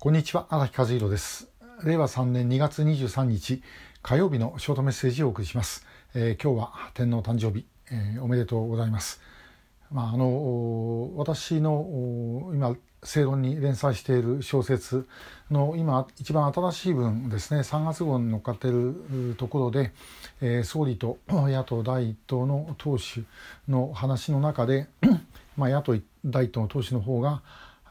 こんにちは、荒木和弘です。令和3年2月23日火曜日のショートメッセージをお送りします。今日は天皇誕生日、おめでとうございます。私の今正論に連載している小説の今一番新しい分ですね、3月号に載っかっているところで、総理と野党第一党の党首の話の中で野党第一党の党首の方が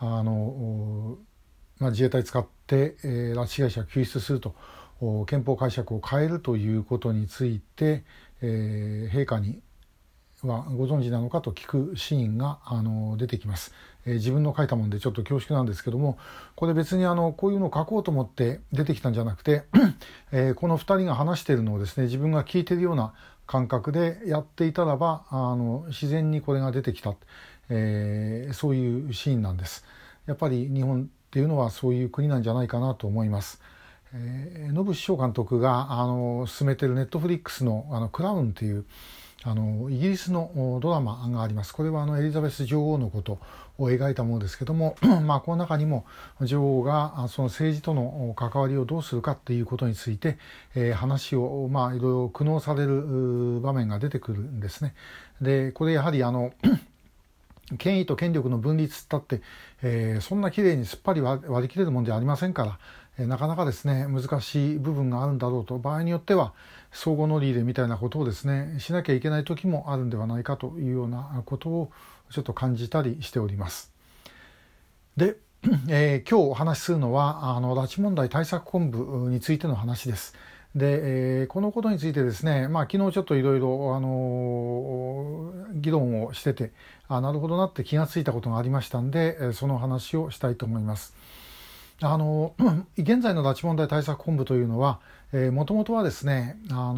自衛隊使って拉致被害者を救出すると憲法解釈を変えるということについて、陛下にはご存知なのかと聞くシーンが出てきます。自分の書いたものでちょっと恐縮なんですけども、これ別にこういうのを書こうと思って出てきたんじゃなくてこの2人が話しているのをですね、自分が聞いているような感覚でやっていたらば自然にこれが出てきた、そういうシーンなんです。やっぱり日本っていうのはそういう国なんじゃないかなと思います。ノブ首相監督が進めているネットフリックスのクラウンというイギリスのドラマがあります。これはエリザベス女王のことを描いたものですけどもこの中にも女王がその政治との関わりをどうするかっていうことについて、話をいろいろ苦悩される場面が出てくるんですね。でこれやはり権威と権力の分立だって、そんなきれいにすっぱり割り切れるものではありませんから、なかなかですね難しい部分があるんだろうと、場合によっては相互乗り入れみたいなことをですねしなきゃいけない時もあるんではないかというようなことをちょっと感じたりしております。で、今日お話しするのは拉致問題対策本部についての話です。で、このことについてですね、昨日ちょっといろいろ議論をしててなるほどなって気がついたことがありましたんで、その話をしたいと思います。現在の拉致問題対策本部というのはもともとはですね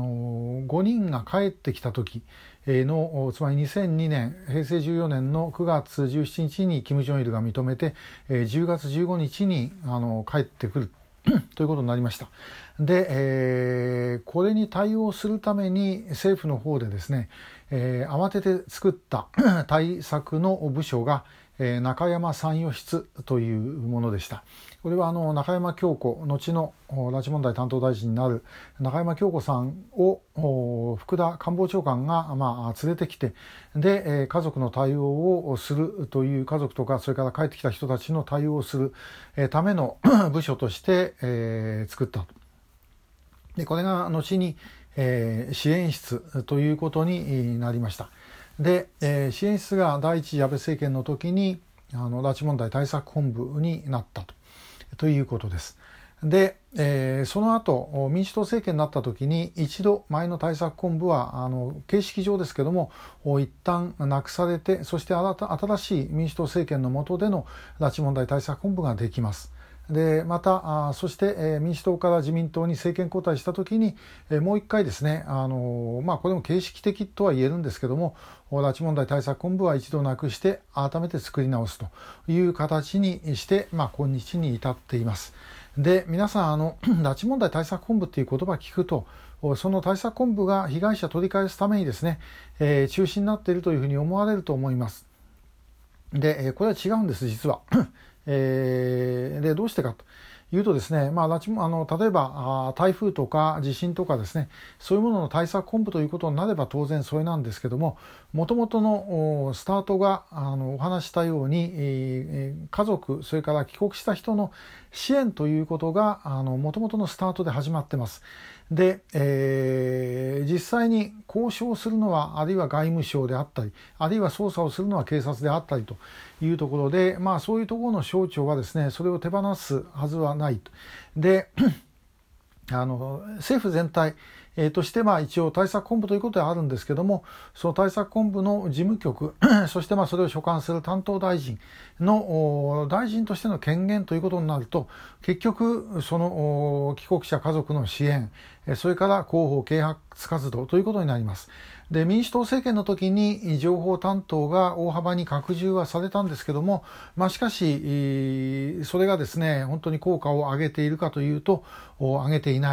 5人が帰ってきた時のつまり2002年平成14年の9月17日に金正日が認めて10月15日に帰ってくるということになりました。で、これに対応するために政府の方でですね、慌てて作った対策の部署が中山参与室というものでした。これは中山京子、後の拉致問題担当大臣になる中山京子さんを福田官房長官が連れてきて、で家族の対応をするという、家族とかそれから帰ってきた人たちの対応をするための部署として作ったと。でこれが後に支援室ということになりました。で、支援室が第一次安倍政権の時に拉致問題対策本部になったということです。で、その後民主党政権になった時に一度前の対策本部は形式上ですけども一旦なくされて、そして新しい民主党政権の下での拉致問題対策本部ができます。でまたそして民主党から自民党に政権交代した時にもう一回ですねこれも形式的とは言えるんですけども拉致問題対策本部は一度なくして改めて作り直すという形にして今日に至っています。で皆さん拉致問題対策本部っていう言葉を聞くとその対策本部が被害者取り返すためにですね、中心になっているというふうに思われると思います。でこれは違うんです実は。でどうしてかというとですね、例えば台風とか地震とかですね、そういうものの対策本部ということになれば当然それなんですけども、もともとのスタートがお話したように家族それから帰国した人の支援ということがもともとのスタートで始まってます。で、実際に交渉するのはあるいは外務省であったり、あるいは捜査をするのは警察であったりというところで、そういうところの省庁はですねそれを手放すはずはないと。で政府全体として一応対策本部ということであるんですけども、その対策本部の事務局そしてそれを所管する担当大臣の大臣としての権限ということになると、結局その帰国者家族の支援、それから広報啓発活動ということになります。で民主党政権の時に情報担当が大幅に拡充はされたんですけども、しかしそれがですね本当に効果を上げているかというと上げていない。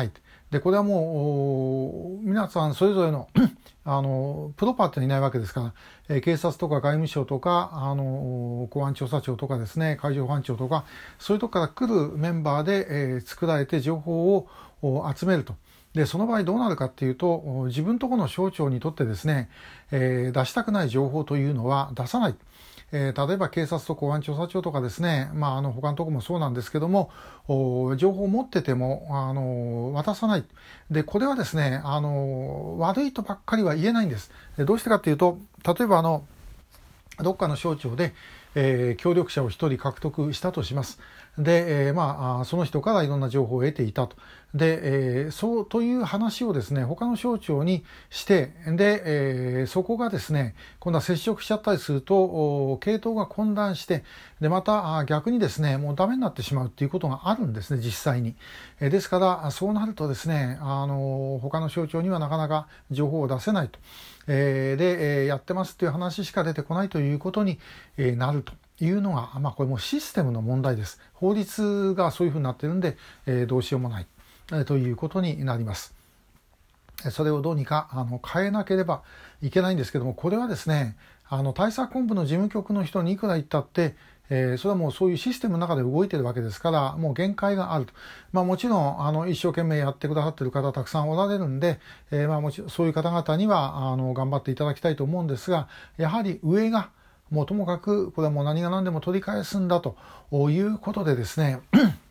でこれはもう皆さんそれぞれのプロパーっていないわけですから、警察とか外務省とか公安調査庁とかですね、海上保安庁とかそういうとこから来るメンバーで、作られて情報を集めると。でその場合どうなるかっていうと、自分とこの省庁にとってですね、出したくない情報というのは出さない。例えば警察と公安調査庁とかですね、他のところもそうなんですけども、情報を持ってても渡さない。でこれはですね、悪いとばっかりは言えないんです。どうしてかっていうと、例えばどっかの省庁で、協力者を一人獲得したとします。で、その人からいろんな情報を得ていたと。で、そうという話をですね、他の省庁にして、で、そこがですね、今度は接触しちゃったりすると、系統が混乱して、で、また逆にですね、もうダメになってしまうっていうことがあるんですね、実際に。ですから、そうなるとですね、他の省庁にはなかなか情報を出せないと。で、やってますっていう話しか出てこないということになるというのが、これもシステムの問題です。法律がそういうふうになっているんで、どうしようもない、ということになります。それをどうにか変えなければいけないんですけども、これはですね、対策本部の事務局の人にいくら言ったって、それはもうそういうシステムの中で動いてるわけですから、もう限界があると。もちろん一生懸命やってくださってる方たくさんおられるんで、もちろんそういう方々には頑張っていただきたいと思うんですが、やはり上がもうともかくこれはもう何が何でも取り返すんだということでですね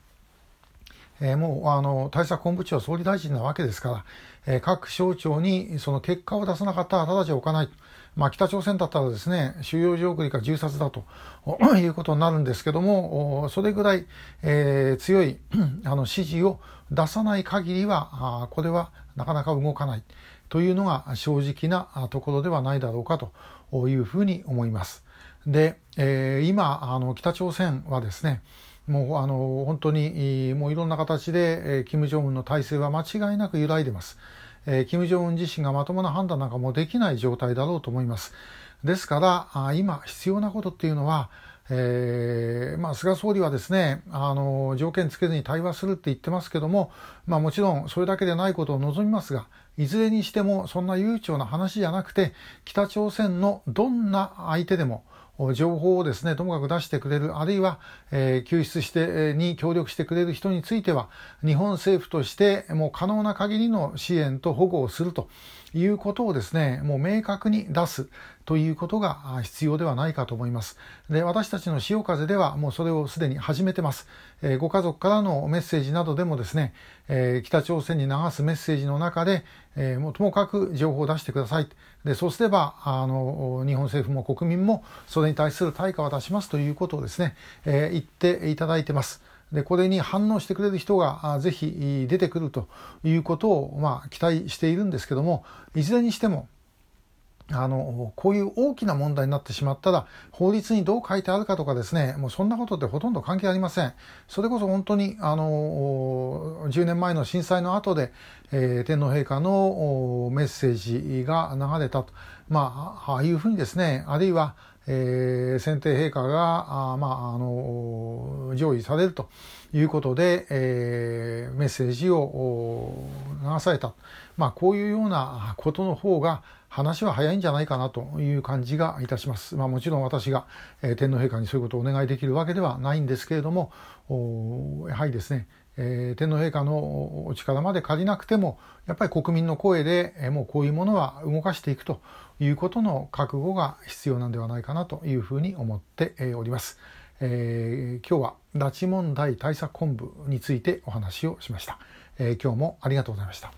もう対策本部長は総理大臣なわけですから、各省庁にその結果を出さなかったらただじゃおかない。北朝鮮だったらですね、収容所送りか銃殺だということになるんですけども、それぐらい、強い指示を出さない限りはこれはなかなか動かないというのが正直なところではないだろうかというふうに思います。で、今北朝鮮はですね、もう本当にもういろんな形で金正恩の体制は間違いなく揺らいでます。金正恩自身がまともな判断なんかもできない状態だろうと思います。ですから今必要なことっていうのは、菅総理はですね条件つけずに対話するって言ってますけども、もちろんそれだけでないことを望みますが、いずれにしてもそんな悠長な話じゃなくて、北朝鮮のどんな相手でも情報をですねともかく出してくれる、あるいは、救出してに協力してくれる人については日本政府としてもう可能な限りの支援と保護をするということをですねもう明確に出すということが必要ではないかと思います。で、私たちの潮風ではもうそれをすでに始めてます。ご家族からのメッセージなどでもですね、北朝鮮に流すメッセージの中で、もうともかく情報を出してください。で、そうすれば日本政府も国民もそれに対する対価を出しますということをですね、言っていただいてます。で、これに反応してくれる人がぜひ出てくるということを期待しているんですけども、いずれにしてもこういう大きな問題になってしまったら法律にどう書いてあるかとかですね、もうそんなことってほとんど関係ありません。それこそ本当に10年前の震災の後で、天皇陛下のメッセージが流れたと、ああいうふうにですね、あるいは先帝陛下が上位されるということで、メッセージを流された、こういうようなことの方が話は早いんじゃないかなという感じがいたします。もちろん私が天皇陛下にそういうことをお願いできるわけではないんですけれども、やはりですね、天皇陛下のお力まで借りなくてもやっぱり国民の声でもうこういうものは動かしていくということの覚悟が必要なんではないかなというふうに思っております。今日は拉致問題対策本部についてお話をしました。今日もありがとうございました。